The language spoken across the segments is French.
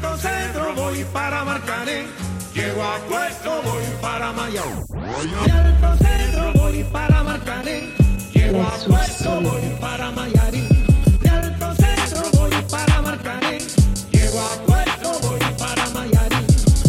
Alto Cedro voy para Marcané, llego a Puerto voy para Mayao. De Alto Cedro voy para Marcané, llego a Puerto voy para Mayarín. De Alto Cedro voy para Marcané, llego a Puerto voy para Mayarín.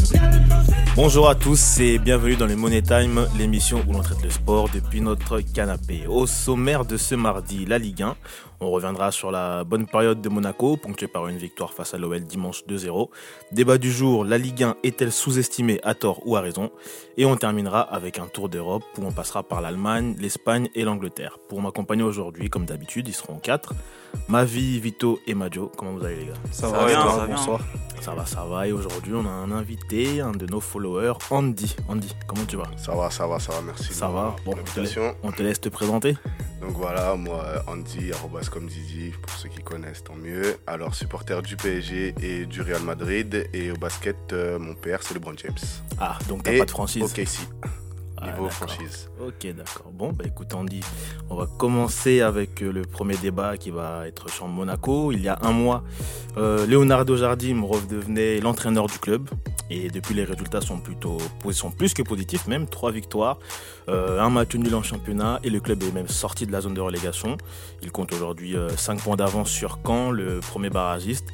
Bonjour à tous et bienvenue dans le Money Time, l'émission où l'on traite le sport depuis notre canapé. Au sommaire de ce mardi, la Ligue 1. On reviendra sur la bonne période de Monaco, ponctuée par une victoire face à l'OL dimanche 2-0. Débat du jour, la Ligue 1 est-elle sous-estimée à tort ou à raison? Et on terminera avec un tour d'Europe où on passera par l'Allemagne, l'Espagne et l'Angleterre. Pour m'accompagner aujourd'hui, comme d'habitude, ils seront 4. Mavi, Vito et Majo. Comment vous allez les gars? Ça va bien, bonsoir. Ça va. Et aujourd'hui, on a un invité, un de nos followers, Andy. Andy, comment tu vas? Ça va, merci. Ça va. Bon, on te laisse te présenter. Donc voilà, moi, Andy, comme Didi, pour ceux qui connaissent, tant mieux. Alors, supporter du PSG et du Real Madrid. Et au basket, mon père, c'est LeBron James. Ah, donc t'as pas de franchise? Ok, si. Niveau d'accord. franchise. Ok, d'accord. Bon, écoute Andy, on va commencer avec le premier débat qui va être sur Monaco. Il y a un mois, Leonardo Jardim redevenait l'entraîneur du club. Et depuis, les résultats sont plus que positifs, même 3 victoires, un match nul en championnat et le club est même sorti de la zone de relégation. Il compte aujourd'hui 5 points d'avance sur Caen, le premier barragiste.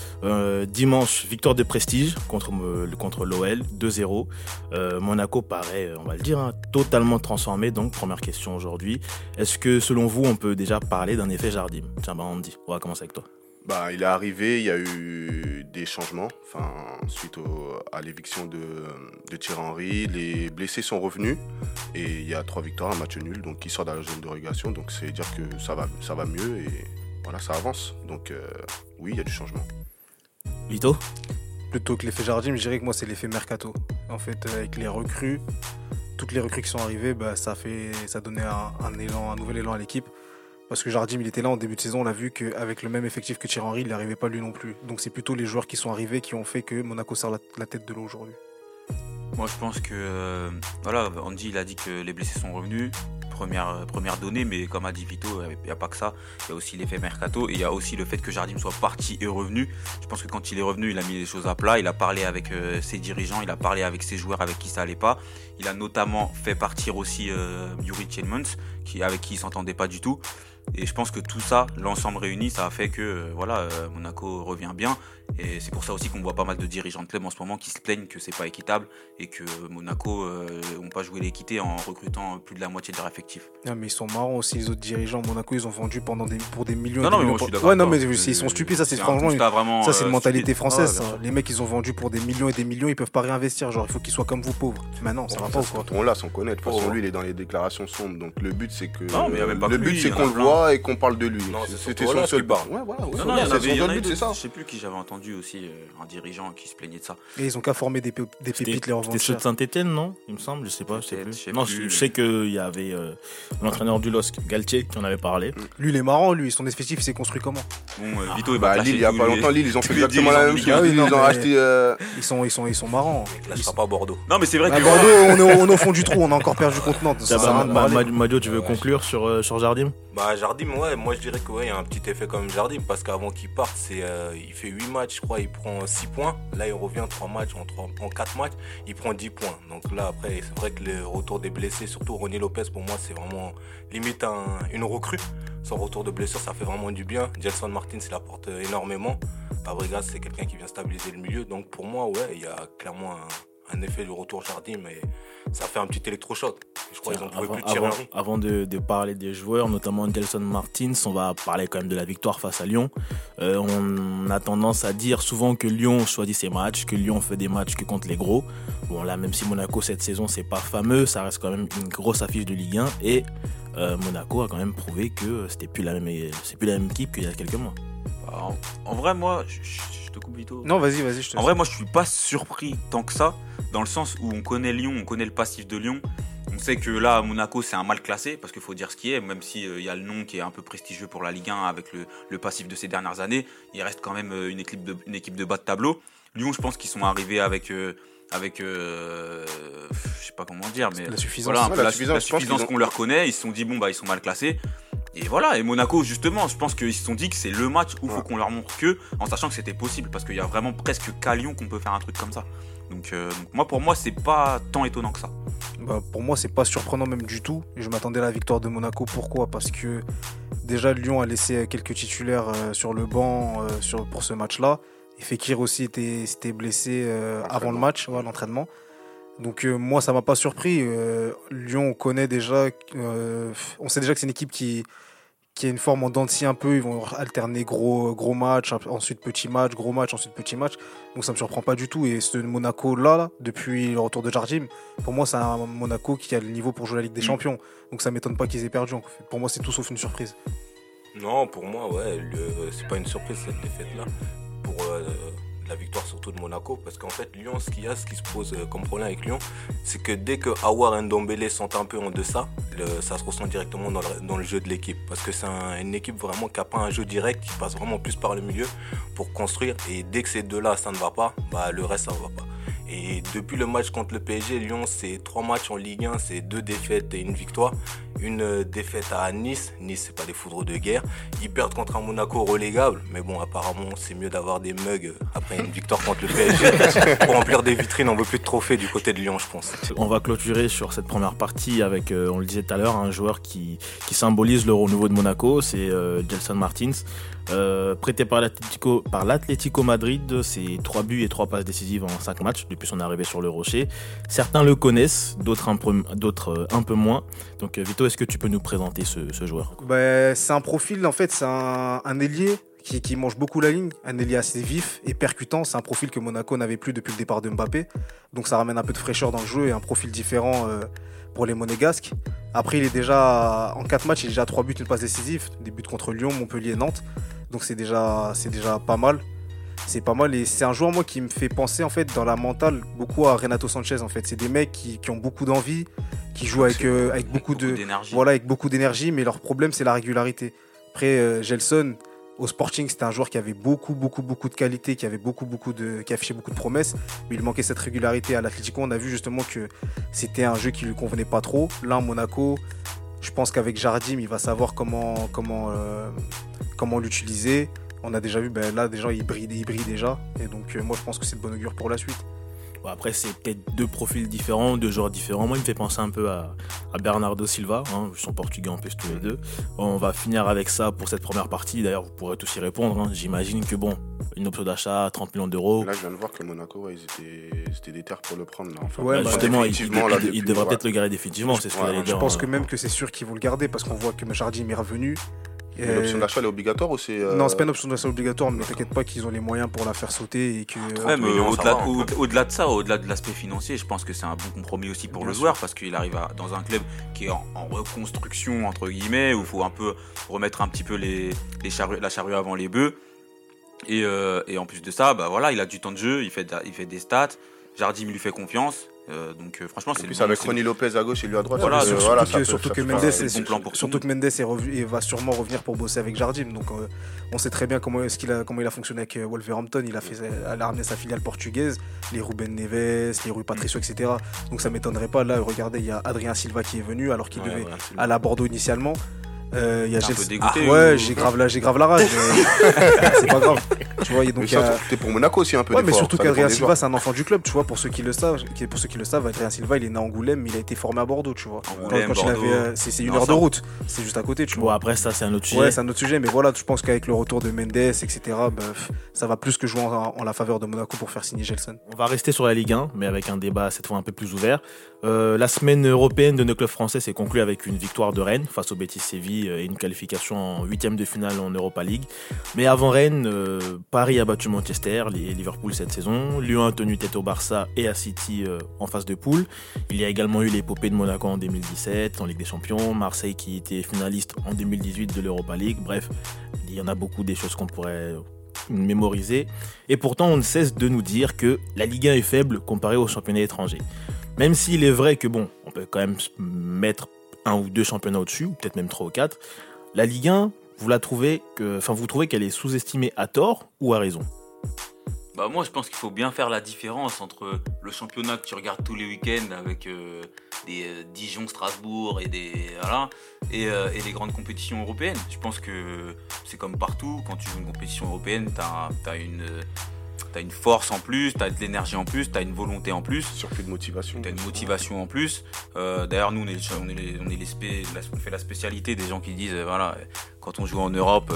Dimanche, victoire de prestige contre l'OL, 2-0. Monaco paraît, on va le dire, totalement transformé. Donc, première question aujourd'hui. Est-ce que, selon vous, on peut déjà parler d'un effet Jardim? Tiens, Andy, on va commencer avec toi. Il est arrivé, il y a eu des changements. Suite à l'éviction de Thierry Henry, les blessés sont revenus. Et il y a 3 victoires, un match nul. Donc, il sort de la zone de relégation. Donc, c'est dire que ça va mieux et voilà, ça avance. Donc, oui, il y a du changement. Vito? Plutôt que l'effet Jardim, je dirais que moi c'est l'effet Mercato. En fait, avec les recrues, toutes les recrues qui sont arrivées, ça donnait un nouvel élan à l'équipe. Parce que Jardim, il était là en début de saison, on l'a vu qu'avec le même effectif que Thierry Henry, il n'arrivait pas lui non plus. Donc c'est plutôt les joueurs qui sont arrivés qui ont fait que Monaco sort la tête de l'eau aujourd'hui. Moi je pense que, Andy il a dit que les blessés sont revenus. Première donnée, mais comme a dit Vito, il n'y a pas que ça, il y a aussi l'effet Mercato et il y a aussi le fait que Jardim soit parti et revenu. Je pense que quand il est revenu, il a mis les choses à plat, il a parlé avec ses dirigeants, il a parlé avec ses joueurs avec qui ça allait pas. Il a notamment fait partir aussi Youri Tielemans, avec qui il s'entendait pas du tout. Et je pense que tout ça, l'ensemble réuni, ça a fait que Monaco revient bien. Et c'est pour ça aussi qu'on voit pas mal de dirigeants de club en ce moment qui se plaignent que c'est pas équitable et que Monaco n'ont pas joué l'équité en recrutant plus de la moitié de leur effectif. Non, mais ils sont marrants aussi, les autres dirigeants. Monaco, ils ont vendu pour des millions. Non, mais moi je suis d'accord. Ouais, non, mais ils sont stupides, ça c'est franchement. Ça c'est une mentalité française. Les mecs, ils ont vendu pour des millions et des millions, ils peuvent pas réinvestir. Genre, il faut qu'ils soient comme vous, pauvres. Maintenant, ça va pas. Quand on l'a, sans connaître. De toute façon, lui, il est dans les déclarations sombres. Donc le but, c'est que. Non, mais il y a même pas le but, c'est qu'on le voit et qu'on parle de lui. Non, c'était son seul bar. Ouais, voilà. Il y en a but, c'est ça. Je sais plus qui j'avais entendu aussi, un dirigeant qui se plaignait de ça. Et ils ont qu'à former des pépites, les revendre. C'était ceux de Saint-Etienne, non? Il me semble, je sais pas. Je sais qu'il y avait l'entraîneur du LOSC, Galtier, qui en avait parlé. Lui, il est marrant, lui. Son effectif, il s'est construit comment? Bon, Vito, Lille, il y a pas longtemps, Lille, ils ont fait exactement la même chose. Ils ont acheté. Ils sont marrants. Il lâchera pas Bordeaux. Non, mais c'est vrai que Bordeaux, on est au fond du trou, on a encore perdu contre Nantes. Madio, tu veux conclure sur Jardim? Jardim, ouais, moi je dirais qu'il y a un petit effet comme Jardim parce qu'avant qu'il parte, il fait 8 matchs, je crois, il prend 6 points. Là, il revient 3 matchs, en 4 matchs, il prend 10 points. Donc là, après, c'est vrai que le retour des blessés, surtout Ronny Lopez, pour moi, c'est vraiment limite une recrue. Son retour de blessure, ça fait vraiment du bien. Gelson Martins, il apporte énormément. Fabregas, c'est quelqu'un qui vient stabiliser le milieu. Donc pour moi, ouais, il y a clairement un effet du retour Jardim et ça fait un petit électrochoc. Je crois qu'ils ont trouvé plus de Thierry Henry. Avant de parler des joueurs, notamment Gelson Martins, on va parler quand même de la victoire face à Lyon. On a tendance à dire souvent que Lyon choisit ses matchs, que Lyon fait des matchs que contre les gros. Bon là, même si Monaco cette saison c'est pas fameux, ça reste quand même une grosse affiche de Ligue 1 et Monaco a quand même prouvé que c'est plus la même équipe qu'il y a quelques mois. En vrai, moi, je te coupe Vito. Non, vas-y, je te En vrai, moi, je suis pas surpris tant que ça, dans le sens où on connaît Lyon, on connaît le passif de Lyon. On sait que là, Monaco, c'est un mal classé, parce qu'il faut dire ce qui est, même s'il y a le nom qui est un peu prestigieux pour la Ligue 1 avec le passif de ces dernières années, il reste quand même une équipe de bas de tableau. Lyon, je pense qu'ils sont arrivés avec je sais pas comment dire, mais la suffisance, voilà, la suffisance qu'on leur connaît. Ils se sont dit, ils sont mal classés. Et voilà, et Monaco, justement, je pense qu'ils se sont dit que c'est le match où il faut qu'on leur montre que, en sachant que c'était possible, parce qu'il y a vraiment presque qu'à Lyon qu'on peut faire un truc comme ça. Donc pour moi, c'est pas tant étonnant que ça. Bah, pour moi, c'est pas surprenant même du tout. Je m'attendais à la victoire de Monaco. Pourquoi ? Parce que déjà, Lyon a laissé quelques titulaires sur le banc pour ce match-là. Et Fekir aussi s'était blessé avant le match, à l'entraînement. Donc moi, ça m'a pas surpris. Lyon, on connaît déjà, on sait déjà que c'est une équipe qui a une forme en dents de scie un peu. Ils vont alterner gros match, ensuite petit match, gros match, ensuite petit match. Donc ça me surprend pas du tout. Et ce Monaco-là, depuis le retour de Jardim, pour moi, c'est un Monaco qui a le niveau pour jouer la Ligue des Champions. Donc ça m'étonne pas qu'ils aient perdu. Pour moi, c'est tout sauf une surprise. Non, pour moi, c'est pas une surprise cette défaite-là. Pour la victoire surtout de Monaco, parce qu'en fait Lyon, ce qui se pose comme problème avec Lyon, c'est que dès que Aouar et Ndombele sont un peu en deçà, ça se ressent directement dans le jeu de l'équipe, parce que c'est une équipe vraiment qui n'a pas un jeu direct, qui passe vraiment plus par le milieu pour construire, et dès que ces deux-là ça ne va pas, le reste ça ne va pas. Et depuis le match contre le PSG, Lyon, c'est 3 matchs en Ligue 1, c'est 2 défaites et une victoire. Une défaite à Nice. Nice, c'est pas des foudres de guerre. Ils perdent contre un Monaco relégable. Mais bon, apparemment, c'est mieux d'avoir des mugs après une victoire contre le PSG. Pour remplir des vitrines, on veut plus de trophées du côté de Lyon, je pense. On va clôturer sur cette première partie avec, on le disait tout à l'heure, un joueur qui symbolise le renouveau de Monaco, c'est Gelson Martins. Prêté par l'Atlético Madrid, c'est 3 buts et 3 passes décisives en 5 matchs depuis son arrivée sur le Rocher. Certains le connaissent, d'autres un peu moins. Donc Vito, est-ce que tu peux nous présenter ce joueur ? C'est un profil, en fait, c'est un ailier qui mange beaucoup la ligne, un ailier assez vif et percutant. C'est un profil que Monaco n'avait plus depuis le départ de Mbappé. Donc ça ramène un peu de fraîcheur dans le jeu et un profil différent pour les Monégasques. Après, il est déjà en 4 matchs, il est déjà à 3 buts, une passe décisive. Des buts contre Lyon, Montpellier, Nantes. Donc c'est déjà pas mal. C'est pas mal et c'est un joueur moi qui me fait penser en fait dans la mentale beaucoup à Renato Sanchez en fait. C'est des mecs qui ont beaucoup d'envie, qui jouent avec beaucoup d'énergie. Voilà, avec beaucoup d'énergie, mais leur problème c'est la régularité. Après Gelson au Sporting, c'était un joueur qui avait beaucoup de qualité, qui affichait beaucoup de promesses, mais il manquait cette régularité. À l'Atlético, on a vu justement que c'était un jeu qui lui convenait pas trop. Là, à Monaco, je pense qu'avec Jardim, il va savoir comment l'utiliser. On a déjà vu, là, déjà, il brille déjà. Et donc, moi, je pense que c'est de bon augure pour la suite. Bon, après, c'est peut-être 2 profils différents, 2 joueurs différents. Moi, il me fait penser un peu à Bernardo Silva. Ils sont portugais en plus tous les deux. On va finir avec ça pour cette première partie. D'ailleurs, vous pourrez tous y répondre. J'imagine que, une option d'achat, 30 millions d'euros. Là, je viens de voir que Monaco, c'était des terres pour le prendre. Là. Enfin, justement, il devrait peut-être le garder définitivement. C'est ce que j'allais dire. Je pense que même que c'est sûr qu'ils vont le garder parce qu'on voit que Jardim est revenu. L'option d'achat elle est obligatoire ou c'est Non, c'est pas une option d'achat obligatoire, mais t'inquiète pas qu'ils ont les moyens pour la faire sauter et que. Au-delà de ça, au-delà de l'aspect financier, je pense que c'est un bon compromis aussi pour le joueur parce qu'il arrive dans un club qui est en reconstruction entre guillemets où il faut un peu remettre un petit peu la charrue avant les bœufs et en plus de ça, il a du temps de jeu, il fait des stats, Jardim lui fait confiance. Donc franchement c'est plus avec Ronny Lopez à gauche et lui à droite. Surtout que Mendes va sûrement revenir pour bosser avec Jardim. Donc on sait très bien comment il a fonctionné avec Wolverhampton. Il a ramené sa filiale portugaise, les Ruben Neves, les Rui Patricio, etc. Donc ça m'étonnerait pas. Là, regardez, il y a Adrien Silva qui est venu alors qu'il devait aller à Bordeaux initialement. Il y a un peu dégoûté. J'ai grave la rage. C'est pas grave. Tu vois, donc t'es pour Monaco aussi un peu. Mais surtout qu'Adrien Silva, c'est un enfant du club. Tu vois, pour ceux qui le savent, Adrien Silva, il est né à Angoulême, mais il a été formé à Bordeaux. Tu vois. C'est 1 heure de route. C'est juste à côté. Tu vois. Après ça, c'est un autre sujet. Ouais, c'est un autre sujet. Mais voilà, je pense qu'avec le retour de Mendes, etc., ça va plus que jouer en la faveur de Monaco pour faire signer Gelson. On va rester sur la Ligue 1, mais avec un débat cette fois un peu plus ouvert. La semaine européenne de nos clubs français s'est conclue avec une victoire de Rennes face au Betis Séville et une qualification en 8e de finale en Europa League. Mais avant Rennes, Paris a battu Manchester et Liverpool cette saison. Lyon a tenu tête au Barça et à City en phase de poule. Il y a également eu l'épopée de Monaco en 2017 en Ligue des Champions, Marseille qui était finaliste en 2018 de l'Europa League. Bref, il y en a beaucoup des choses qu'on pourrait mémoriser. Et pourtant, on ne cesse de nous dire que la Ligue 1 est faible comparée aux championnats étrangers. Même s'il est vrai que on peut quand même mettre 1 ou 2 championnats au-dessus, ou peut-être même 3 ou 4, la Ligue 1, vous trouvez qu'elle est sous-estimée à tort ou à raison ? Moi je pense qu'il faut bien faire la différence entre le championnat que tu regardes tous les week-ends avec Dijon, Strasbourg et et les grandes compétitions européennes. Je pense que c'est comme partout, quand tu joues une compétition européenne, t'as une force en plus, t'as de l'énergie en plus, t'as une volonté en plus. Surplus de motivation. T'as une motivation en plus. D'ailleurs, nous, on fait la spécialité des gens qui disent, voilà, quand on joue en Europe,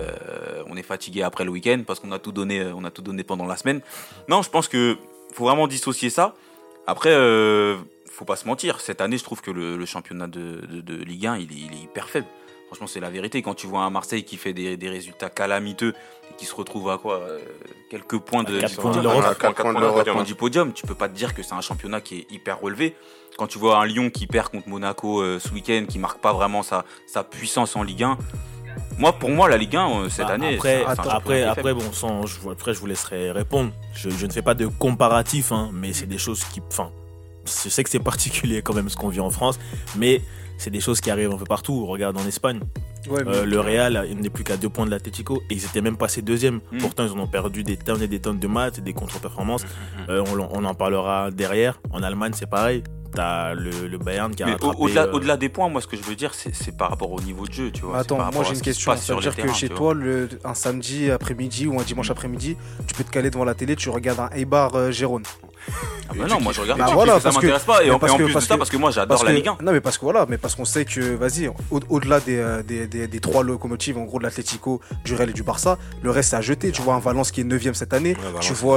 on est fatigué après le week-end parce qu'on a tout donné pendant la semaine. Non, je pense que faut vraiment dissocier ça. Après, faut pas se mentir. Cette année, je trouve que le championnat de Ligue 1, il est hyper faible. Franchement, c'est la vérité. Quand tu vois un Marseille qui fait des résultats calamiteux et qui se retrouve à quoi quelques points de 4 points de l'Europe. 4 points du podium, tu peux pas te dire que c'est un championnat qui est hyper relevé. Quand tu vois un Lyon qui perd contre Monaco ce week-end, qui marque pas vraiment sa puissance en Ligue 1, pour moi, la Ligue 1 cette année. Après, bon, je vous laisserai répondre. Je ne fais pas de comparatif, hein, mais c'est des choses qui. Enfin, je sais que c'est particulier quand même ce qu'on vit en France, mais c'est des choses qui arrivent un peu partout. Regarde en Espagne. Ouais, le Real, il n'est plus qu'à 2 points de l'Atlético et ils étaient même passés deuxième. Pourtant, ils en ont perdu des tonnes et des tonnes de matchs et des contre-performances. On en parlera derrière. En Allemagne, c'est pareil. T'as le Bayern qui a rattrapé... Au-delà des points, moi, ce que je veux dire, c'est par rapport au niveau de jeu, tu vois. Attends, moi j'ai une question. Ça veut dire que chez toi, un samedi après-midi ou un dimanche après-midi, tu peux te caler devant la télé, tu regardes un Eibar Gérone. Ah bah non, moi je regarde bah pas, voilà, ça m'intéresse pas. Et en plus de ça, parce que moi j'adore la Ligue 1. Non, mais parce qu'on sait que, vas-y, au-delà des 3 locomotives, en gros, de l'Atlético, du Real et du Barça, le reste c'est à jeter. Tu vois un Valence qui est 9ème cette année. Ouais, tu vois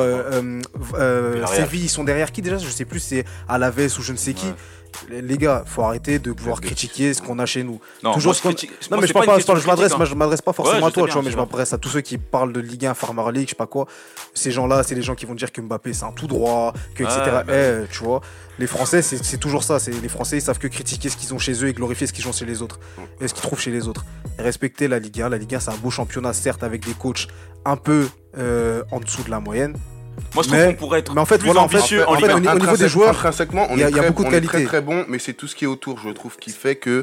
Séville, ils sont derrière qui déjà? Je sais plus, c'est Alaves ou je ne sais qui. Ouais. Les gars, faut arrêter de pouvoir critiquer ce qu'on a chez nous. Non, toujours moi, non, mais je m'adresse pas forcément à toi, tu vois, mais je m'adresse à tous ceux qui parlent de Ligue 1, Farmer League, je sais pas quoi. Ces gens-là, c'est les gens qui vont dire que Mbappé c'est un tout droit, que etc. Tu vois, les Français, c'est toujours ça. Les Français, ils savent que critiquer ce qu'ils ont chez eux et glorifier ce qu'ils ont chez les autres et ce qu'ils trouvent chez les autres. Et respecter la Ligue 1. La Ligue 1, c'est un beau championnat, certes, avec des coachs un peu en dessous de la moyenne. Moi je trouve qu'on pourrait être plus ambitieux en Ligue 1. Au niveau des joueurs, intrinsèquement, il y a beaucoup de qualité. Très très bon, mais c'est tout ce qui est autour, je trouve, qui fait que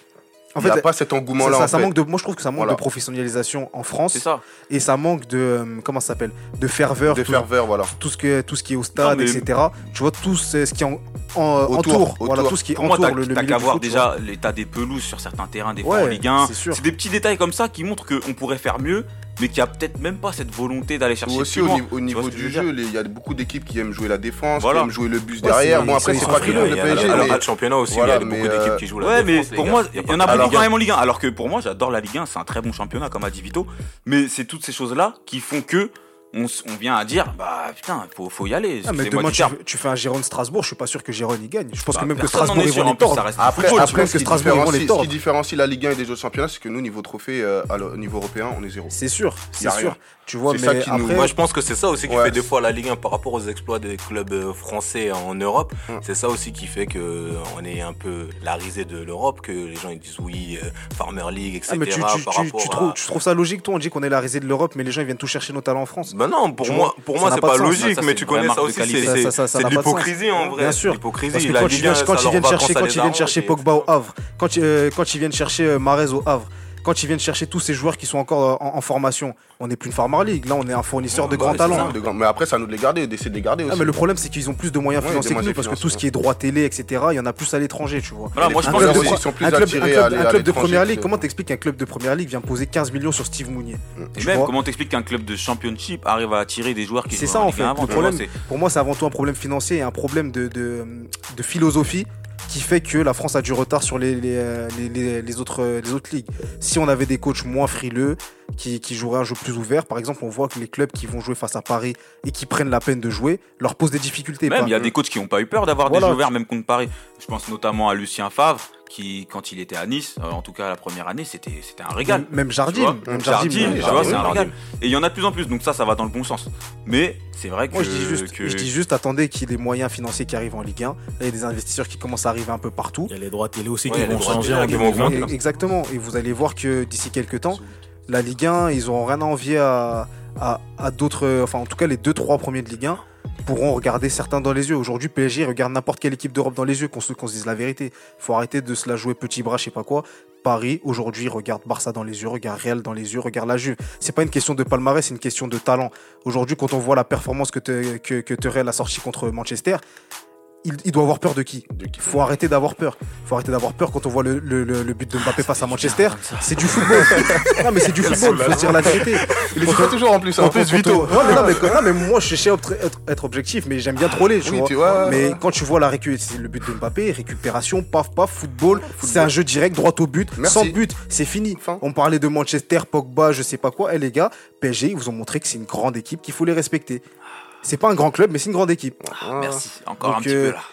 il n'y a pas cet engouement-là. Moi je trouve que ça manque de professionnalisation en France. C'est ça. Et ça manque de comment ça s'appelle, de ferveur. Voilà. Tout ce qui est au stade, etc. Tu vois tout ce qui est entoure. Voilà, tout ce qui entoure le milieu. T'as qu'à voir déjà l'état des pelouses sur certains terrains des fois en Ligue 1. C'est des petits détails comme ça qui montrent qu'on pourrait faire mieux, mais qu'il n'y a peut-être même pas cette volonté d'aller chercher aussi plus loin. Au niveau du jeu, il y a beaucoup d'équipes qui aiment jouer la défense, qui aiment jouer le bus derrière. Bon, après, c'est pas que le PSG. Alors, le championnat aussi, il y a beaucoup d'équipes qui jouent la défense. Ouais, mais pour moi, il y en a beaucoup quand même en Ligue 1. Alors que pour moi, j'adore la Ligue 1, c'est un très bon championnat, comme a dit Vito. Mais c'est toutes ces choses-là qui font que on vient à dire bah putain faut y aller. Mais demain tu fais un Girone Strasbourg, je suis pas sûr que Girone y gagne. Je pense que même que Strasbourg ils vont les tordre. Après ce qui différencie la Ligue 1 et des autres championnats, c'est que nous niveau trophée au niveau européen on est zéro. C'est sûr. Tu vois, mais après moi je pense que c'est ça aussi qui fait des fois la Ligue 1 par rapport aux exploits des clubs français en Europe. C'est ça aussi qui fait que on est un peu la risée de l'Europe, que les gens ils disent oui Farmer League etc. Mais tu trouves ça logique toi? On dit qu'on est la risée de l'Europe, mais les gens ils viennent tout chercher nos talents en France. Bah non, pour moi c'est pas logique, mais tu connais ça aussi, c'est de l'hypocrisie en vrai. Bien sûr. L'hypocrisie. Quand ils viennent chercher Pogba au Havre, quand ils viennent chercher Mahrez au Havre, quand ils viennent chercher tous ces joueurs qui sont encore en formation, on n'est plus une Farmer League. Là, on est un fournisseur de grands talents. Mais après, c'est à nous de les garder, d'essayer de les garder aussi. Mais le problème, c'est qu'ils ont plus de moyens financiers que nous, parce que tout ce qui est droit télé, etc., il y en a plus à l'étranger, tu vois. Voilà, moi, je pense un club de Première Ligue, comment t'expliques qu'un club de Première Ligue vient poser 15 millions sur Steve Mounier? Et même, comment t'expliques qu'un club de Championship arrive à attirer des joueurs qui sont. C'est ça, en fait. Le problème, pour moi, c'est avant tout un problème financier et un problème de philosophie qui fait que la France a du retard sur les autres ligues. Si on avait des coachs moins frileux, qui joueraient un jeu plus ouvert, par exemple, on voit que les clubs qui vont jouer face à Paris et qui prennent la peine de jouer, leur posent des difficultés. Même, il y a des coachs qui n'ont pas eu peur d'avoir des jeux ouverts, même contre Paris. Je pense notamment à Lucien Favre, qui, quand il était à Nice, en tout cas la première année, c'était un régal. Même Jardim. C'est un régal. Et il y en a de plus en plus, donc ça va dans le bon sens. Mais c'est vrai que... Moi, je dis juste, attendez qu'il y ait des moyens financiers qui arrivent en Ligue 1. Là, il y a des investisseurs qui commencent à arriver un peu partout. Il y a les droits télé aussi qui vont changer en 2020. Exactement. Et vous allez voir que d'ici quelques temps, la Ligue 1, ils n'auront rien à envier à d'autres... Enfin, en tout cas, les 2-3 premiers de Ligue 1 pourront regarder certains dans les yeux. Aujourd'hui, PSG regarde n'importe quelle équipe d'Europe dans les yeux, qu'on se dise la vérité. Il faut arrêter de se la jouer petit bras, je sais pas quoi. Paris, aujourd'hui, regarde Barça dans les yeux, regarde Real dans les yeux, regarde la Juve. C'est pas une question de palmarès, c'est une question de talent. Aujourd'hui, quand on voit la performance que Real a sortie contre Manchester, il doit avoir peur de qui? De qui? Faut arrêter d'avoir peur. Faut arrêter d'avoir peur quand on voit le but de Mbappé face à Manchester. C'est du football. Non, mais c'est du football, faut se dire la vérité. Il est très toujours en plus. En plus, Vito. Non, mais moi, je sais être objectif, mais j'aime bien troller, tu vois. Mais quand tu vois le but de Mbappé, récupération, paf, football, c'est un jeu direct, droit au but. Merci. Sans but, c'est fini. On parlait de Manchester, Pogba, je sais pas quoi. Les gars, PSG, ils vous ont montré que c'est une grande équipe, qu'il faut les respecter. C'est pas un grand club, mais c'est une grande équipe. Merci. Encore Donc, un petit peu là.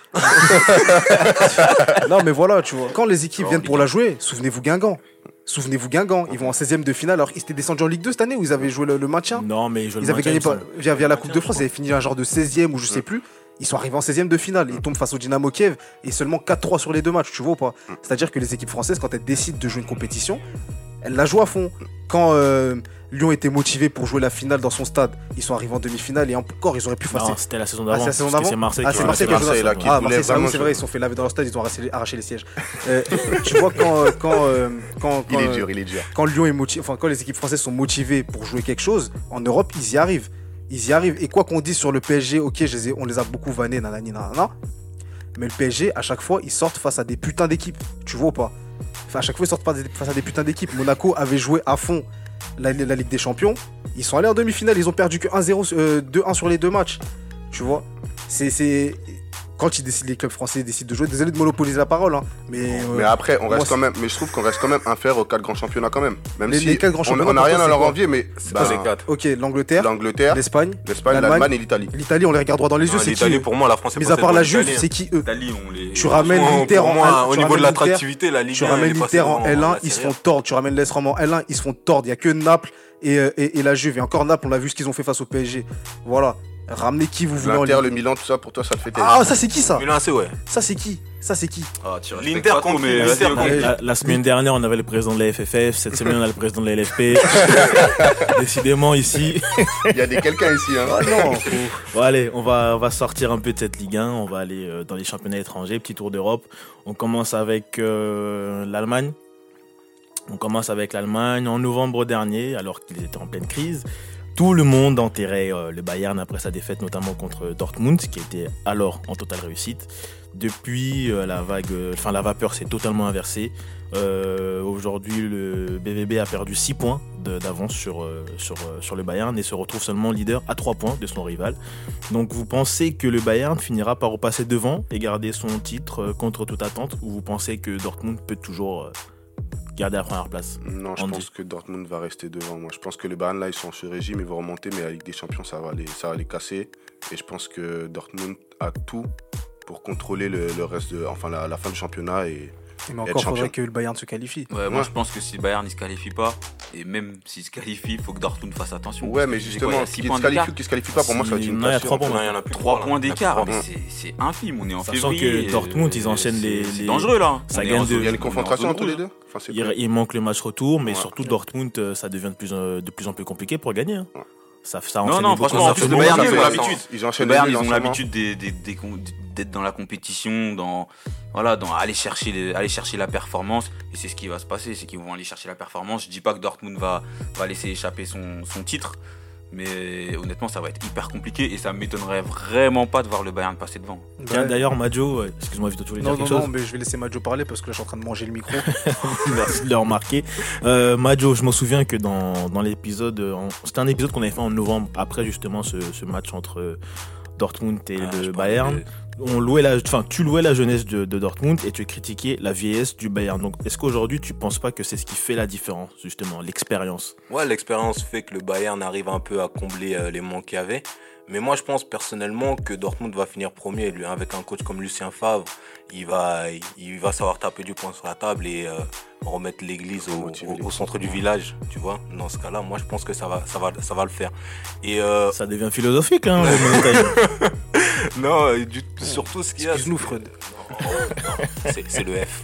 Non, mais voilà, tu vois. Quand les équipes viennent pour la jouer, souvenez-vous Guingamp. Ils vont en 16e de finale. Alors, ils étaient descendus en Ligue 2 cette année où ils avaient joué le maintien. Non, mais Ils avaient gagné via la Coupe de France. Ils avaient fini un genre de 16e ou je sais plus. Ils sont arrivés en 16e de finale. Ils tombent face au Dynamo Kiev et seulement 4-3 sur les 2 matchs, tu vois ou pas? C'est-à-dire que les équipes françaises, quand elles décident de jouer une compétition, elles la jouent à fond. Quand Lyon était motivé pour jouer la finale dans son stade, ils sont arrivés en demi-finale et encore ils auraient pu passer. Non, c'était la saison d'avant. C'est la saison d'avant. C'est Marseille. C'est Marseille qui a joué là, qui Ah, voulait Marseille, vraiment c'est vrai, ils se sont fait laver dans leur stade, ils ont arraché les sièges. Tu vois, quand Il est dur. quand Lyon est motivé, enfin quand les équipes françaises sont motivées pour jouer quelque chose, en Europe, ils y arrivent. Et quoi qu'on dise sur le PSG, ok, on les a beaucoup vannés, nanani, nanana. Mais le PSG, à chaque fois, ils sortent face à des putains d'équipes. Tu vois ou pas? Enfin, à chaque fois, ils sortent face à des putains d'équipes. Monaco avait joué à fond la Ligue des Champions. Ils sont allés en demi-finale. Ils ont perdu que 1-0, 2-1 sur les 2 matchs. Tu vois? C'est... Quand les clubs français décident de jouer, désolé de monopoliser la parole, hein, mais après, on reste quand même. Mais je trouve qu'on reste quand même inférieur aux 4 grands championnats quand même. Même Les si 4 grands championnats, on n'a rien pour à toi, leur c'est envier, mais C'est 4. ok, l'Angleterre, l'Espagne, l'Espagne, l'Allemagne et l'Italie. L'Italie, on les regarde droit dans les yeux, c'est qui L'Italie, eux? pour moi, la France est Mis passée à part la devant Juve, l'Italie, c'est qui eux? Italie, on les. Tu ramènes Franchement, l'Inter pour en moi, L1, au tu niveau de ramènes l'attractivité, la Ligue Tu 1, ramènes elle est passée l'Inter en devant L1, ils se font tordre. Tu ramènes l'AS Roma en L1, ils se font tordre. Il n'y a que Naples et la Juve. Et encore Naples, on a vu ce qu'ils ont fait face au PSG. Voilà. Ramenez qui vous voulez en L'Inter, Ligue. le Milan, tout ça, pour toi, ça te fait Ah, ça c'est qui ça? Milan, c'est ouais. Ça c'est qui? Ah, tu respectes L'Inter pas trop, contre mais l'Inter vas-y, contre- ok. La semaine dernière, on avait le président de la FFF. Cette semaine, on a le président de la LFP. Décidément, ici. Il y a quelqu'un ici. Hein. Ah non, Bon, allez, on va sortir un peu de cette Ligue 1. On va aller dans les championnats étrangers. Petit tour d'Europe. On commence avec l'Allemagne. En novembre dernier, alors qu'ils étaient en pleine crise, tout le monde enterrait le Bayern après sa défaite, notamment contre Dortmund, qui était alors en totale réussite. Depuis, la vapeur s'est totalement inversée. Aujourd'hui, le BVB a perdu 6 points d'avance sur le Bayern et se retrouve seulement leader à 3 points de son rival. Donc vous pensez que le Bayern finira par repasser devant et garder son titre contre toute attente, ou vous pensez que Dortmund peut toujours garder la première place? Non, je Andy. pense que Dortmund va rester devant. Moi, je pense que le Bayern, là, ils sont sur régime, ils vont remonter, mais la Ligue des Champions, ça va les casser. Et je pense que Dortmund a tout pour contrôler le reste la fin du championnat. Et mais être encore, champion. faudrait que le Bayern se qualifie. Ouais, moi je pense que si le Bayern ne se qualifie pas, et même s'il se qualifie, il faut que Dortmund fasse attention. Ouais, mais Parce que justement, il y a qui 6 points se qualifie d'écart. ou qui se qualifie pas, pour moi, ça va être une Non, il y a cassure. 3 points. Non, il y en a plus 3 points là. d'écart, trois mais points. c'est infime, on est en Sachant février. que Dortmund, ils enchaînent les- C'est dangereux là. ça On est gagne en de- zone- Il y a une on est en confrontation zone entre les rouge. deux. Enfin, c'est Il manque le match retour, mais Ouais. surtout Dortmund, ça devient de plus en plus compliqué pour gagner. Hein. Ouais. Ça Non, enchaîne non, beaucoup. franchement, en plus, le bon, Bayern, ça ils fait ont longtemps. l'habitude. Ils Le enchaînent Bayern, les ils nuls ont en ce moment. l'habitude d'être dans la compétition, dans aller chercher la performance. Et c'est ce qui va se passer, c'est qu'ils vont aller chercher la performance. Je dis pas que Dortmund va laisser échapper son titre, mais honnêtement, ça va être hyper compliqué et ça m'étonnerait vraiment pas de voir le Bayern passer devant. Tiens, Ouais. d'ailleurs, Majo, excuse-moi, Vito, tu voulais dire Non, quelque non, chose? mais je vais laisser Majo parler parce que là, je suis en train de manger le micro. Merci de le remarquer. Majo, je me souviens que dans l'épisode, c'était un épisode qu'on avait fait en novembre, après justement ce match entre Dortmund et le Bayern. Tu louais la jeunesse de Dortmund et tu critiquais la vieillesse du Bayern. Donc, est-ce qu'aujourd'hui, tu penses pas que c'est ce qui fait la différence, justement, l'expérience? Ouais, l'expérience fait que le Bayern arrive un peu à combler les manques qu'il y avait. Mais moi, je pense personnellement que Dortmund va finir premier. Lui, avec un coach comme Lucien Favre, il va savoir taper du poing sur la table et remettre l'église au centre du village. Tu vois, dans ce cas-là, moi, je pense que ça va le faire. Et Ça devient philosophique, hein, le Monétaire. non, surtout ce qu'il y a. Excuse-nous, Freud. Non, c'est le F.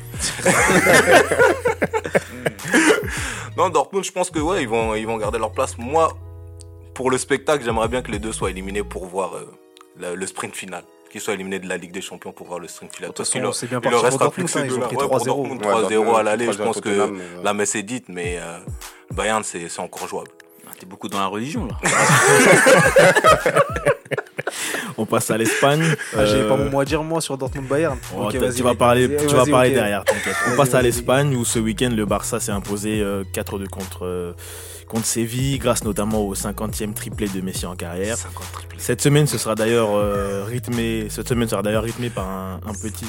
Non, Dortmund, je pense que ouais, ils vont garder leur place. Moi, pour le spectacle, j'aimerais bien que les deux soient éliminés pour voir le sprint final. Qu'ils soient éliminés de la Ligue des Champions pour voir le sprint final. De toute Parce qu'il façon, c'est bien il parti leur pour restera plus Dortmund, que ces hein, ils ont deux-là. pris Ouais, pour 3-0. Dortmund, 3-0 à l'aller, je Dortmund, pense que Tottenham, la messe est dite, mais Bayern, c'est encore jouable. T'es beaucoup dans la religion là. On passe à l'Espagne. J'ai pas mon mot à dire, moi, sur Dortmund-Bayern. Oh, Ok, tu vas-y, vas parler, vas-y, tu vas vas-y, parler ok. derrière, t'inquiète. On Vas-y, passe à vas-y. l'Espagne où ce week-end, le Barça s'est imposé 4-2 contre Séville, grâce notamment au 50e triplé de Messi en carrière. 50 triplés. Cette semaine sera d'ailleurs rythmée par un petit...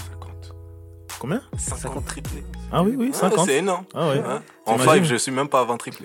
50. Combien 50 triplés. Ah oui, 50. Ouais, c'est énorme. Ah ouais. Hein en T'imagines 5, je suis même pas à 20 triplés.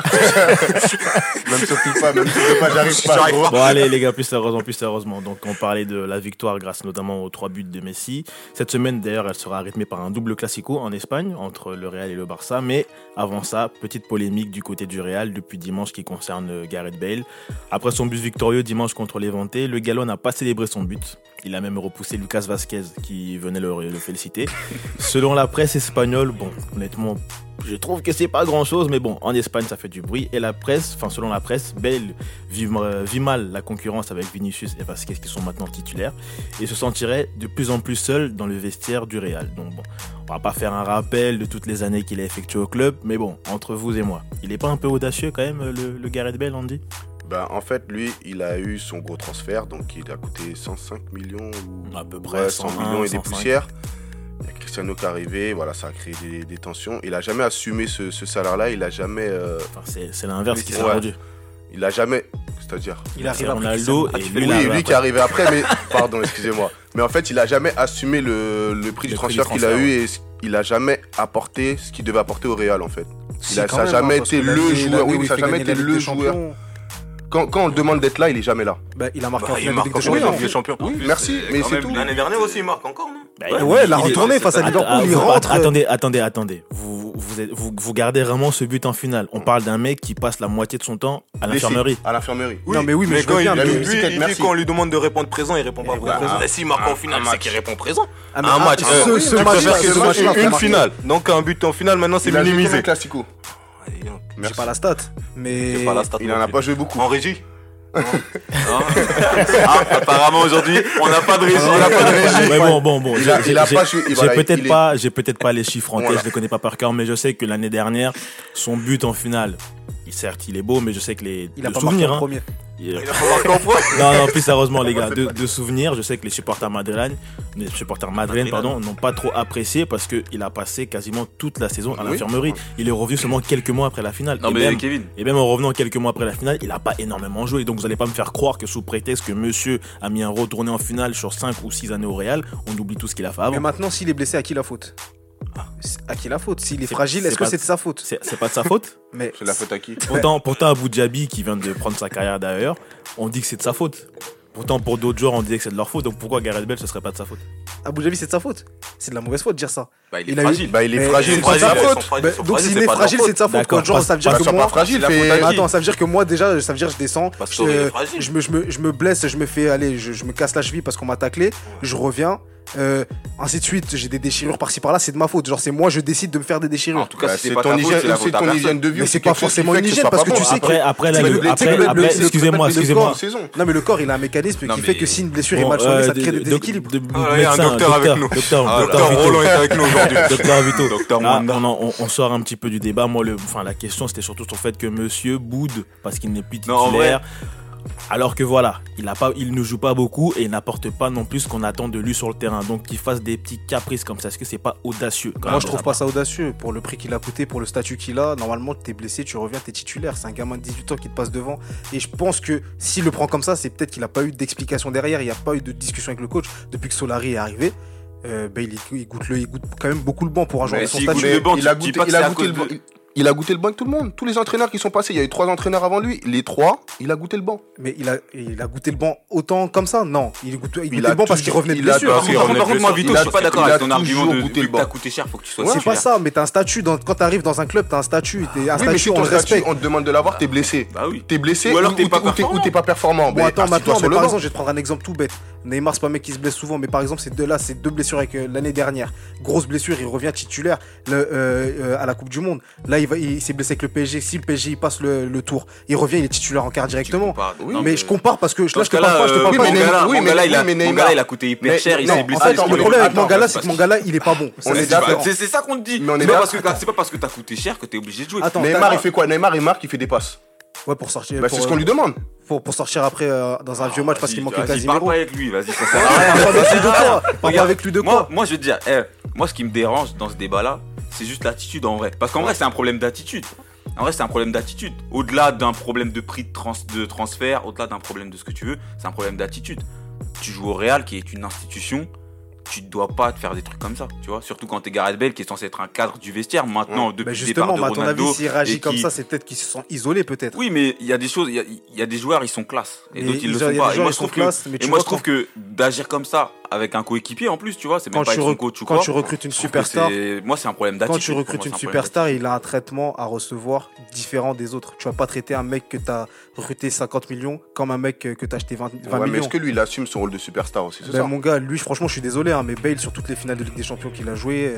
Même sur FIFA, même sur FIFA, j'arrive pas. gros. Bon allez les gars, plus sérieusement. Donc on parlait de la victoire grâce notamment aux 3 buts de Messi. Cette semaine d'ailleurs, elle sera rythmée par un double classico en Espagne entre le Real et le Barça. Mais avant ça, petite polémique du côté du Real depuis dimanche qui concerne Gareth Bale. Après son but victorieux dimanche contre Levante, le Gallo n'a pas célébré son but. Il a même repoussé Lucas Vazquez qui venait le féliciter. Selon la presse espagnole, bon, honnêtement, je trouve que c'est pas grand chose, mais bon, en Espagne ça fait du bruit. Et selon la presse, Bale vit mal la concurrence avec Vinicius et Vazquez qui sont maintenant titulaires et se sentirait de plus en plus seul dans le vestiaire du Real. Donc bon, on va pas faire un rappel de toutes les années qu'il a effectué au club, mais bon, entre vous et moi, il est pas un peu audacieux quand même le Gareth Bale, Andy? En fait, lui, il a eu son gros transfert, donc il a coûté 105 millions ou À peu près 100 101, millions et des 105. poussières. Il y a Cristiano qui est arrivé, voilà, ça a créé des tensions. Il a jamais assumé ce salaire-là, il a jamais, Enfin, c'est l'inverse qui s'est Ouais. rendu. il a jamais, c'est-à-dire. Il arrive C'est après Ronaldo Cristiano. et Ah, lui, Oui, il lui qui est arrivé après, mais pardon, excusez-moi. Mais en fait, il a jamais assumé le prix du Le prix transfert du qu'il a transfert, eu et il a jamais apporté ce qu'il devait apporter au Real en fait. Si, Ça quand n'a même, jamais parce été que le l'année- joueur. l'année Oui, où il ça n'a fait jamais gagner été la Ligue le des joueur. Champions, Quand on le demande d'être là, il est jamais là. il a marqué en Il finale de marque Ligue des en Champions. Ligue des Champions. Oui, merci, mais Quand c'est même, tout. L'année dernière aussi, il marque encore, non Ouais, la il- retournée face à Liverpool, il rentre. Attendez. Vous gardez vraiment ce but en finale. On parle d'un mec qui passe la moitié de son temps à l'infirmerie. À l'infirmerie. Non, mais oui, mais je quand veux bien, il, mais- lui, bicyclette, il dit merci. quand on lui demande de répondre présent, il répond pas répond présent. présent. Et s'il marque en finale, c'est qu'il répond présent. Ah, mais Un match. ce Tu match-là, préfères que ce match-là, une frère. finale. Donc un but en finale, maintenant c'est Il a joué minimisé. combien de classico. J'ai Merci. pas la stat, mais J'ai pas la stat Il non en a plus. pas joué beaucoup. En régie. Apparemment aujourd'hui, on n'a pas de régie. On n'a pas de régie. Ouais, bon. Il a pas joué. Voilà, J'ai peut-être pas les chiffres en tête, Voilà. je les connais pas par cœur, mais je sais que l'année dernière, son but en finale, certes, il est beau, mais je sais que il a de pas marqué souvenirs, en hein, premier. Il a pas marqué en point. non, plus sérieusement, les gars, de souvenirs, je sais que les supporters madrilènes, n'ont pas trop apprécié parce qu'il a passé quasiment toute la saison à Oui. l'infirmerie. Il est revenu seulement quelques mois après la finale. Non, Et mais même- Kevin, Et même en revenant quelques mois après la finale, il n'a pas énormément joué. Donc vous n'allez pas me faire croire que sous prétexte que monsieur a mis un retourné en finale sur 5 ou 6 années au Real, on oublie tout ce qu'il a fait Mais avant. maintenant, s'il est blessé, à qui la faute? À qui la faute? S'il est C'est- fragile, c'est est-ce que pas- c'est de sa faute? C'est pas de sa faute. Mais C'est la faute à qui? Pourtant Abu Dhabi, qui vient de prendre sa carrière d'ailleurs, on dit que c'est de sa faute. Pourtant, pour d'autres joueurs, on disait que c'est de leur faute. Donc pourquoi Gareth Bale, ce serait pas de sa faute? Abu Dhabi, c'est de sa faute. C'est de la mauvaise faute de dire ça. bah, il Il est a eu- fragile. Bah, il est Mais fragile, c'est c'est de sa pas faute. Bah, donc s'il est fragile, c'est de sa faute. D'accord, Quoi. Genre, ça veut dire Bah, que sois moi. pas fragile, c'est la fais. faute à qui? Attends, ça veut dire que moi déjà, ça veut dire que je descends, Parce qu'il est fragile. je me blesse, je me fais aller, je me casse la cheville parce qu'on m'a taclé, je reviens, ainsi de suite, j'ai des déchirures par-ci par-là, c'est de ma faute. Genre c'est moi, je décide de me faire des En déchirures. tout cas, Bah, si c'est c'est pas ta ton faute, hygiène, c'est la c'est faute à ton personne. hygiène de vie. Mais ou c'est quelque pas chose forcément qui fait une que ce hygiène soit parce pas que tu bon. sais que Après, tu sais que le- excusez-moi. non mais le corps il a un mécanisme Non, qui mais- fait que si une blessure est mal soignée, ça te crée des déséquilibres. Ah, il y a un docteur avec nous. Docteur Docteur Vito. Roland est avec nous aujourd'hui. Docteur Vito. Docteur Là, Mwanda. on sort un petit peu du débat. Moi, la question, c'était surtout sur le fait que monsieur boude parce qu'il n'est plus Non, en titulaire. Alors que voilà, il ne joue pas beaucoup et il n'apporte pas non plus ce qu'on attend de lui sur le terrain. Donc qu'il fasse des petits caprices comme ça, est-ce que c'est pas audacieux quand Moi même je de trouve sa pas part? ça audacieux pour le prix qu'il a coûté, pour le statut qu'il a. Normalement t'es blessé, tu reviens, t'es titulaire. C'est un gamin de 18 ans qui te passe devant. Et je pense que s'il le prend comme ça, c'est peut-être qu'il a pas eu d'explication derrière, il n'y a pas eu de discussion avec le coach depuis que Solari est arrivé. Il goûte quand même beaucoup le banc pour un joueur Mais de son s'il goûte statut. le banc, Il a tu dis goûté pas que il c'est a à goûté le cause banc. de- Il a goûté le banc avec tout le monde. Tous les entraîneurs qui sont passés, il y a eu 3 entraîneurs avant lui. Les 3, il a goûté le banc. Mais il a goûté le banc autant comme ça? Non, il goûtait Il le a banc parce qu'il toujours- revenait de il a blessure. toujours- Par contre, revenait de moi, blessure. Vito, Il je a- suis pas d'accord il a avec ton argument toujours de goûté le vu que t'as banc. coûté cher, faut que tu sois C'est pas titulaire. ça, mais t'as un statut. Quand t'arrives dans un club, t'as un statut. Un Oui, mais statut, si on ton le statut, respecte. on te demande de l'avoir, t'es blessé. Bah oui. T'es blessé Ou alors t'es ou pas t'es performant. performant. Bon, Mais attends, assis-toi maintenant, sur mais le par banc. exemple, je vais te prendre un exemple tout bête. Neymar, c'est pas un mec qui se blesse souvent, mais par exemple, ces deux-là, c'est 2 blessures avec l'année dernière. Grosse blessure, il revient titulaire à la Coupe du Monde. Là, il s'est blessé avec le PSG. Si le PSG il passe le tour, il revient, il est titulaire en quart directement. Oui, Mais je compare parce que là, je te parle pas, je te oui, parle oui, pas. mais de- Neymar- oui, mais Mon gars, il a coûté hyper Mais- cher, il non, s'est en blessé. fait, Attends, le attends, problème avec attends, Mangala, attends, c'est que Mangala, il est pas bon. Ça, On est c'est d'accord. différent. C'est ça qu'on te dit. Mais on est C'est pas d'accord. parce que t'as coûté cher que t'es obligé de jouer. Attends, Neymar, il fait quoi? Neymar, il marque, il fait des passes. Ouais, pour sortir. Bah, c'est ce qu'on lui demande. Pour sortir après dans un vieux match parce qu'il manquait Parle Casemiro. pas avec lui, vas-y, ça sert à rien. Parle avec lui de quoi Parle Regarde, avec lui de quoi Moi, je vais te dire, moi, ce qui me dérange dans ce débat-là, c'est juste l'attitude en vrai. Parce qu'en vrai, c'est un problème d'attitude. En vrai, c'est un problème d'attitude. Au-delà d'un problème de prix de transfert, au-delà d'un problème de ce que tu veux, c'est un problème d'attitude. Tu joues au Real, qui est une institution. Tu ne dois pas te faire des trucs comme ça, tu vois. Surtout quand t'es Gareth Bale, qui est censé être un cadre du vestiaire. Maintenant, depuis le départ de à ton Ronaldo. avis, s'il réagit comme ça, c'est peut-être qu'ils se sont isolés, peut-être. Oui, mais il y a des choses, il y a des joueurs, ils sont classe. Et Mais d'autres, ils le il y a sont des pas. Et joueurs, moi, ils je trouve sont classe, mais que, tu et moi, vois, je trouve que d'agir comme ça, avec un coéquipier en plus, tu vois, c'est même pas avec son coach ou Quand quoi. tu recrutes une je trouve que superstar, moi, c'est un problème d'attitude. quand tu recrutes une superstar, il a un traitement à recevoir différent des autres. Tu vas pas traiter un mec que tu as recruté 50 millions comme un mec que tu as acheté 20 Ouais, mais millions. est-ce que lui, il assume son rôle de superstar aussi, c'est Ben, ça? mon gars, lui, franchement, je suis désolé, hein, mais Bale, sur toutes les finales de Ligue des Champions qu'il a joué,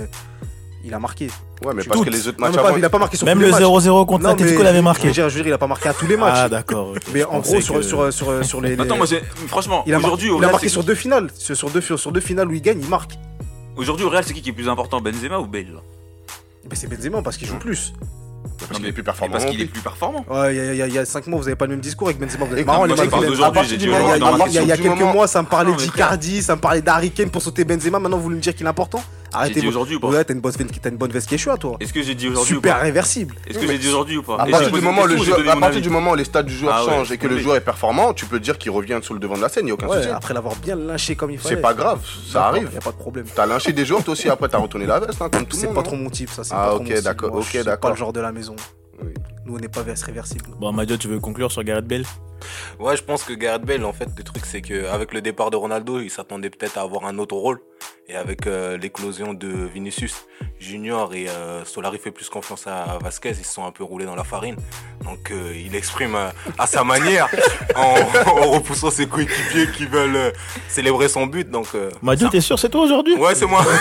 il a marqué. Ouais, mais parce que les autres Non, matchs mais avant. il a pas marqué sur Même tous les le matchs. 0-0 contre Non, l'Atlético mais l'avait je marqué. veux dire, il a pas marqué à tous les matchs. Ah, d'accord. ok. Mais Je en pensais gros, que- sur les. Attends, moi, franchement, il a aujourd'hui, au il a Real, marqué c'est sur qui- deux finales. Sur deux finales où il gagne, il marque. Aujourd'hui, au Real, c'est qui est plus important, Benzema ou Bale là? Mais c'est Benzema parce qu'il joue plus. Parce qu'il est plus Et performant. parce non qu'il est plus. plus performant. Ouais, il y a 5 mois, vous avez pas le même discours avec Benzema. Vous êtes Et marrant, moi, les je mecs. parle Il y a- d'aujourd'hui, à partir j'ai du dit moment- aujourd'hui, dans la il y a question du quelques moment- mois, ça me parlait Non, mais d'Icardi, ça me parlait d'Harry Kane pour sauter Benzema. Maintenant, vous voulez me dire qu'il est important? J'ai Arrêtez. dit aujourd'hui ou pas? Ouais, t'as une bonne veste Quechua, toi. Est-ce que j'ai dit aujourd'hui ou Super pas? réversible. Est-ce que j'ai dit aujourd'hui ou pas? À Et partir j'ai posé du une moment où question, j'ai donné à mon partir avis. du moment où les stats du joueur Ah ouais, changent et que le oui. joueur est performant, tu peux dire qu'il revient sur le devant de la scène, il n'y a aucun Ouais, souci. après l'avoir bien lynché comme il fallait. C'est pas grave, ça arrive. Y a pas de problème. T'as lynché des joueurs, toi aussi, après t'as retourné la veste, hein, comme tout le C'est monde. pas hein. trop mon type, ça. C'est Ah, pas ok, trop mon style. d'accord, Moi, ok, je suis d'accord. pas le genre de la maison. Oui. Nous, on n'est pas réversible. Bon, Madio, tu veux conclure sur Gareth Bale? Ouais, je pense que Gareth Bale, en fait, le truc, c'est qu'avec le départ de Ronaldo, il s'attendait peut-être à avoir un autre rôle. Et avec l'éclosion de Vinicius Junior et Solari fait plus confiance à Vasquez, ils se sont un peu roulés dans la farine. Donc, il exprime à sa manière en repoussant ses coéquipiers qui veulent célébrer son but. Donc, Madio, t'es sûr, c'est toi aujourd'hui? ouais, c'est moi.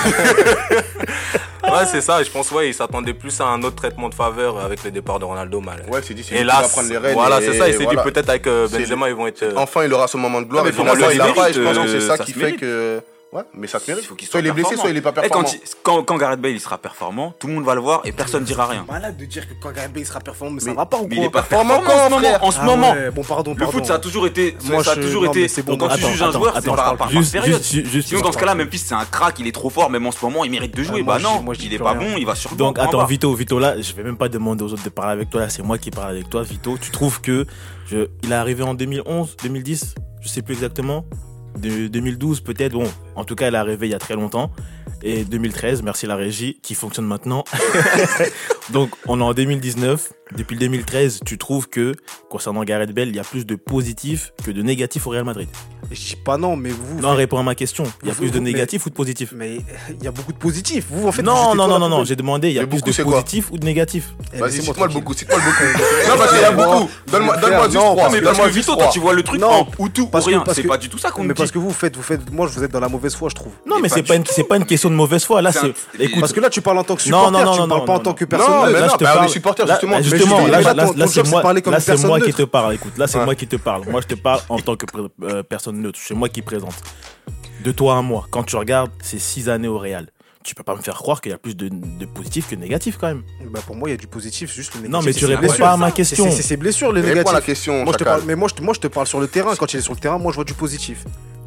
Ouais, c'est ça. Je pense, ouais, il s'attendait plus à un autre traitement de faveur avec le départ de Ronaldo. Mal. Ouais, c'est dit, c'est Et lui là, qui va prendre les rênes. voilà, et c'est ça. Il s'est voilà. dit peut-être avec C'est Benzema, ils vont être. Enfin, il aura son moment de gloire. Non, Et mais pour moi, finalement, ça il l'a se pas. Et je mérite, pense que c'est ça ça qui se fait mérite. que. Ouais, mais ça te mérite. Il faut qu'il Soit il est blessé, performant. soit il est pas Et performant. quand Gareth Bale il sera performant, tout le monde va le voir et personne dira rien. Malade de dire que quand Gareth Bale sera performant, mais ça Mais- va pas ou Mais il est quoi? pas performant en ce moment. Bon, pardon. Le foot, ça a toujours été. Moi, ça a je- toujours non, été. mais c'est bon, Quand tu attends, juges un attends, joueur, c'est attends, par juste, période. juste, Sinon, dans ce cas-là, Memphis, c'est un crack, il est trop fort, même en ce moment, il mérite de jouer. moi, Bah je non, dis- moi, je dis il est plus pas rien. bon, il va sur le Donc banc, point attends, barre. Vito, là, je vais même pas demander aux autres de parler avec toi, là, c'est moi qui parle avec toi, Vito. Tu trouves que il est arrivé en 2011, 2010, je sais plus exactement, 2012 peut-être, bon, en tout cas, il est arrivé il y a très longtemps. Et 2013, merci la régie, qui fonctionne maintenant. Donc, on est en 2019. Depuis le 2013, tu trouves que, concernant Gareth Bale, il y a plus de positifs que de négatifs au Real Madrid? Je dis pas non, mais vous. Non, réponds à ma question. Il y a Vous- plus de vous- négatifs ou de positifs? Mais il y a beaucoup de positifs. Vous, en fait. vous Non, jetez non, tout à non, la non, poubelle. j'ai demandé, il y a Mais plus beaucoup, de c'est quoi positifs ou de négatifs? Eh, Vas-y, laissez-moi cite-moi le tranquille. beaucoup, cite-moi le beaucoup. Non, parce qu'il y a beaucoup. Donne-moi juste Non, 3. Mais parce que Vito, toi, tu vois le truc Non, en ou tout ou parce que- rien. parce C'est que- pas du tout ça qu'on Mais me parce dit. que vous faites. Moi, vous êtes dans la mauvaise foi, je trouve. Non, mais Mais c'est pas pas une question de mauvaise foi. Là, C'est c'est. un- Écoute, Parce que là, tu parles en tant que Non, supporter, non, non, tu non, parles pas en non, tant que non. personne. Non, mais là, non, je te bah, parle. les supporters, Là, justement. bah, Mais je justement, dis, là, déjà, là, ton là, job, c'est de parler comme là, une c'est personne moi qui neutre. te parle. Écoute, là, c'est Ouais. moi qui te parle. Moi, je te parle en tant que personne neutre. C'est moi qui présente. De toi à moi, quand tu regardes ces 6 années au Real, tu peux pas me faire croire qu'il y a plus de positifs que de négatifs quand même. Bah, pour moi, il y a du positif, juste le négatif. Non, mais c'est tu ses réponds blessures. pas à ma question. C'est ses blessures, les Réponds à la négatifs. question, Moi, je te Chacal. parle, mais moi, je te parle sur le terrain. Quand il est sur le terrain, moi, je vois du positif.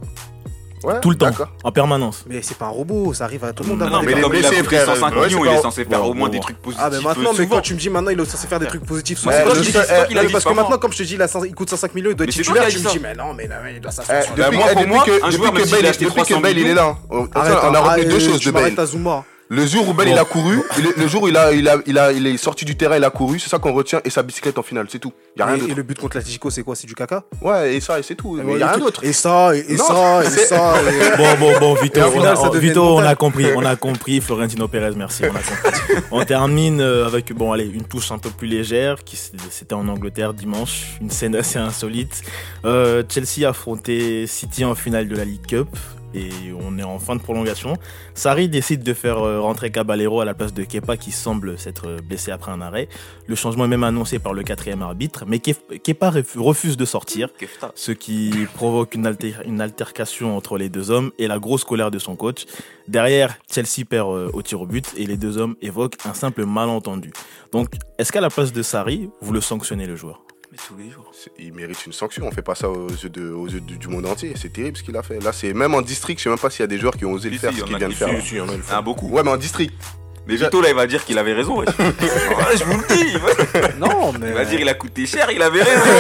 Ouais, Tout le temps, d'accord. en permanence. Mais c'est pas un robot, ça arrive à tout le monde. Non, d'avoir mais des les comme il a blessés, coûté frère, 105 ouais, millions, c'est il est pas- censé faire Bon, au moins bon, des bon. trucs positifs. Ah, mais maintenant, mais souvent. quand tu me dis maintenant, il est censé faire des trucs positifs. Ouais, souvent, toi, je tu dis- dis, c'est toi qui l'as dit, parce c'est que pas maintenant, moi. comme je te dis, il coûte 105 millions, il doit être Mais c'est titulaire. toi qui Tu as me dit dis, ça. mais non, mais il doit s'asseoir sur la- Bah, moi, pour moi, un joueur, même s'il a acheté depuis que 300 Bale il est là, on a retenu deux choses de Tu m'arrêtes Bale. à Zuma. Le jour où Bale il a couru, le jour où il est sorti du terrain, il a couru, c'est ça qu'on retient, et sa bicyclette en finale, c'est tout. Y a rien Et d'autre. le but contre l'Atlético, c'est quoi? C'est du caca? Ouais, et ça, et c'est tout. Mais y a rien d'autre. Et ça, et Non, ça, et c'est- ça. Bon, Vito, Et au final, ça devient Vito, une on montagne. a compris. Florentino Pérez, merci, on a compris. On termine avec, bon, allez, une touche un peu plus légère, c'était en Angleterre dimanche, une scène assez insolite. Chelsea a affronté City en finale de la League Cup. Et on est en fin de prolongation. Sarri décide de faire rentrer Caballero à la place de Kepa qui semble s'être blessé après un arrêt. Le changement est même annoncé par le 4e arbitre, mais Kepa refuse de sortir, Kefta. ce qui provoque une altercation entre les deux hommes et la grosse colère de son coach. Derrière, Chelsea perd au tir au but et les deux hommes évoquent un simple malentendu. Donc, est-ce qu'à la place de Sarri, vous le sanctionnez le joueur? Mais tous les jours. Il mérite une sanction. On fait pas ça aux yeux du monde entier. C'est terrible ce qu'il a fait. Là, c'est même en district. Je sais même pas s'il y a des joueurs qui ont osé le faire, ce qu'il vient de faire. Si, il y en a le Il y en a beaucoup. Ouais, mais en district. Mais Vito, là, il va dire qu'il avait raison. Ouais. Ouais, je vous le dis. Non, mais. Il va dire il a coûté cher, il avait raison.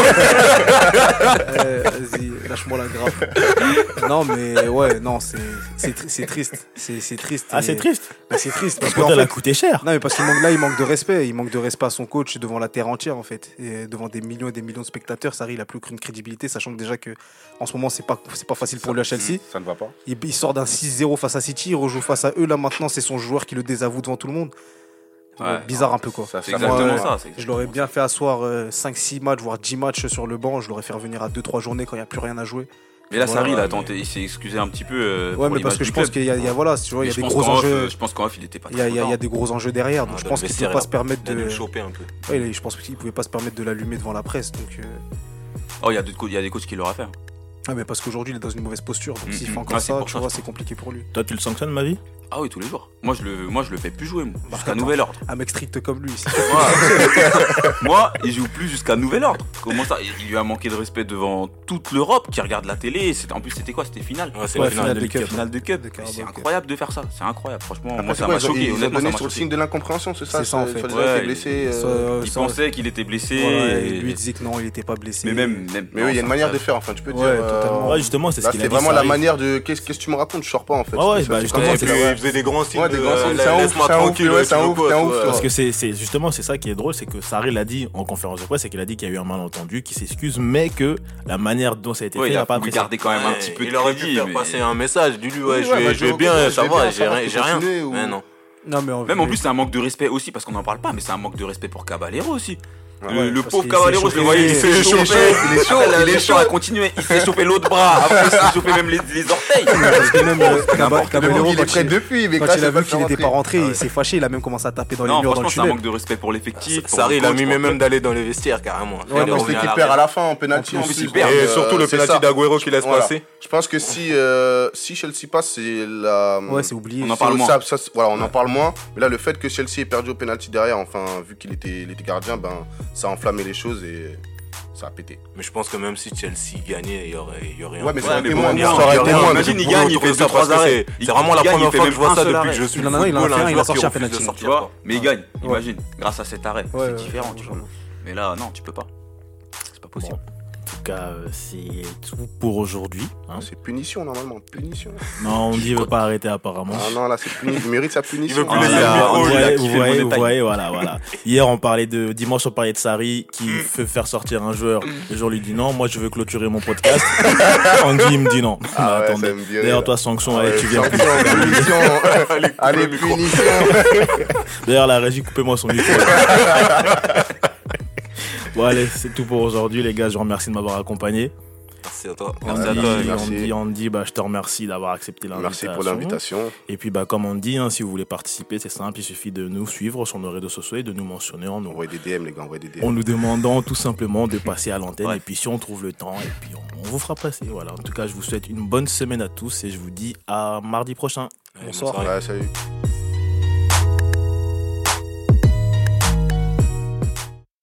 Vas-y, lâche-moi la grappe. Non, mais ouais, non, c'est triste. C'est triste. Ah, c'est triste. Bah, c'est triste. Parce Pourtant, qu'en elle a fait, coûté cher. non, mais parce qu'il manque de respect. Il manque de respect à son coach devant la terre entière, en fait. Et devant des millions et des millions de spectateurs, Sarri, il a plus aucune crédibilité, sachant que déjà que en ce moment, c'est pas facile pour lui à Chelsea. Ça ne va pas. Il sort d'un 6-0 face à City, il rejoue face à eux. Là, maintenant, c'est son joueur qui le désavoue devant tout le monde. Ouais. Bizarre un peu, quoi. Ça, C'est ça, exactement ouais. ça. Je l'aurais bien fait asseoir 5-6 matchs, voire 10 matchs sur le banc. Je l'aurais fait revenir à 2-3 journées quand il n'y a plus rien à jouer. Mais là, Sarri, il Voilà, a tenté, il s'est excusé un petit peu. Ouais, pour mais parce l'image que du je pense club. qu'il y a, voilà, tu vois, il y a Je des pense gros qu'en off, enjeux. Je pense qu'en off, il était pas Il y a des gros enjeux derrière, donc je pense qu'il ne pouvait pas se permettre de le de. choper un peu. Ouais, je pense qu'il pouvait pas se permettre de l'allumer devant la presse. Donc, Oh, il y a des coachs qui l'auraient fait. ah, mais parce qu'aujourd'hui il est dans une mauvaise posture. Donc s'il fait encore Ah, c'est ça, pour tu ça, vois, je c'est compliqué pour lui. Toi, tu le sanctionnes, ma vie? Ah oui, tous les jours. Moi, je le fais plus jouer, moi, jusqu'à attends. nouvel ordre. Un mec strict comme lui. Moi, il joue plus jusqu'à nouvel ordre. Comment ça? Il lui a manqué de respect devant toute l'Europe qui regarde la télé. En plus, c'était quoi? C'était finale. Ouais, c'est Ouais, la finale. finale de Cup. Finale de Cup. De Carabao C'est Cup. incroyable de faire ça. C'est incroyable. Franchement, Après, moi, c'est ça quoi, m'a choqué. ils ont Honnêtement, donné ça sur m'a le signe choqué. de l'incompréhension, c'est ça? C'est ça, en fait. Sur le Ouais, fait qu'il est blessé. Il pensait qu'il était blessé. Voilà, et- lui disait que non, il était pas blessé. Mais même. Mais oui, il y a une manière de faire, enfin, tu peux dire. Ouais, totalement. Ouais, justement, c'est ce Là, qu'il a c'est dit. vraiment la Sarri. manière de. Qu'est-ce que tu me racontes? Je sors pas, en fait. Ouais, ouais, C'est bah, comme justement, ça, Et c'est puis, la- il faisait des grands signes. Ouais, des grands signes, c'est un ouf, Laisse-moi c'est un ouf, tranquille, ouais, c'est un ouf, c'est un ouf. ouais. Parce que c'est justement c'est ça qui est drôle, c'est que Sarri l'a dit en conférence de presse, c'est qu'il a dit qu'il y a eu un malentendu, qu'il s'excuse, mais que la manière dont ça a été Ouais, fait il n'a a pas voulu apprécié. garder quand même un petit peu de Il aurait pu crédit, faire mais- passer un message. Dis-lui, ouais, Oui, je ouais, bah, vais je vais bien, bien, ça je vais va, bien, j'ai ça va, rien. faut continuer, ou- Mais non. Non, mais Même en plus, c'est un manque de respect aussi, parce qu'on n'en parle pas, mais c'est un manque de respect pour Caballero aussi. Ouais, Le parce pauvre qu'il Caballero, s'est je le voyais, il chauffé, s'est chauffé. il est chaud, Après, il est le chaud. temps a continué. Il s'est chauffé l'autre bras. Après, il s'est chauffé même les orteils. parce que même Caballero, Il est prêt depuis, mais quand quand il a vu qu'il n'était pas rentré, Ah ouais. il s'est fâché, il a même commencé à taper dans les Non, murs dans franchement, le c'est un tunnel. manque de respect pour l'effectif. Sarri, il a mis même même d'aller dans les vestiaires carrément. Ouais, En mais plus, revient à l'équipe la perd à réserve. la fin en penalty. En En plus, plus, il perd. Et surtout le c'est penalty ça. d'Aguero qui laisse Voilà. passer. Je pense que si Chelsea passe, c'est la. Ouais, c'est oublié. On en parle moins. Voilà, on en parle moins. Mais là, le fait que Chelsea ait perdu au penalty derrière, enfin, vu qu'il était gardien, ben, ça a enflammé les choses et ça a pété. Mais je pense que même si Chelsea gagnait, il y aurait Ouais, mais un- ça aurait mais été bon, moins. il y Ça a- aurait il y a été rien. moins. Imagine, il Pour gagne, il retrouver fait ça, 2-3 parce que arrêts. C'est vraiment la Il gagne, première il fait fois que même je vois un ça seul depuis arrêt. que je suis Il en a un, il en a football, fait un, il a joueur sorti qui un refuse de penalty. sortir, Tu vois, quoi. mais il gagne, Ouais. imagine, grâce à cet arrêt. Ouais, C'est ouais, différent, tu vois. Mais là, non, tu peux pas. C'est pas possible. En tout cas, c'est tout pour aujourd'hui. Hein. C'est punition, normalement. Punition. Non, on dit veut pas arrêter apparemment. Ah non, là, c'est puni. Il mérite sa punition. veut plus Ah, laisser là, le vous micro, voyez, il a vous kiffé le voyez, money vous time. voyez, voilà. Hier, dimanche, on parlait de Sarri qui fait faire sortir un joueur. Le jour lui dit non, moi je veux clôturer mon podcast. Andy, il me dit non. Ah ouais, Attendez. ça me dit D'ailleurs, rire. toi, sanction, Ouais, allez, tu viens plus. sanction, punition. Allez, punition. D'ailleurs, la régie, coupez-moi son micro. Bon, allez, c'est tout pour aujourd'hui, les gars. Je vous remercie de m'avoir accompagné. Merci à toi. Merci à toi, Andy, bah, je te remercie d'avoir accepté l'invitation. Merci pour l'invitation. Et puis, bah, comme on dit, hein, si vous voulez participer, c'est simple. Il suffit de nous suivre sur nos réseaux sociaux et de nous mentionner en nous, Envoyez des DM, les gars, envoyez des DM. en nous demandant tout simplement de passer à l'antenne. Ouais. Et puis, si on trouve le temps, et puis on vous fera passer. Voilà. En tout cas, je vous souhaite une bonne semaine à tous et je vous dis à mardi prochain. Allez, Bonsoir. bonne soirée. Ouais, salut.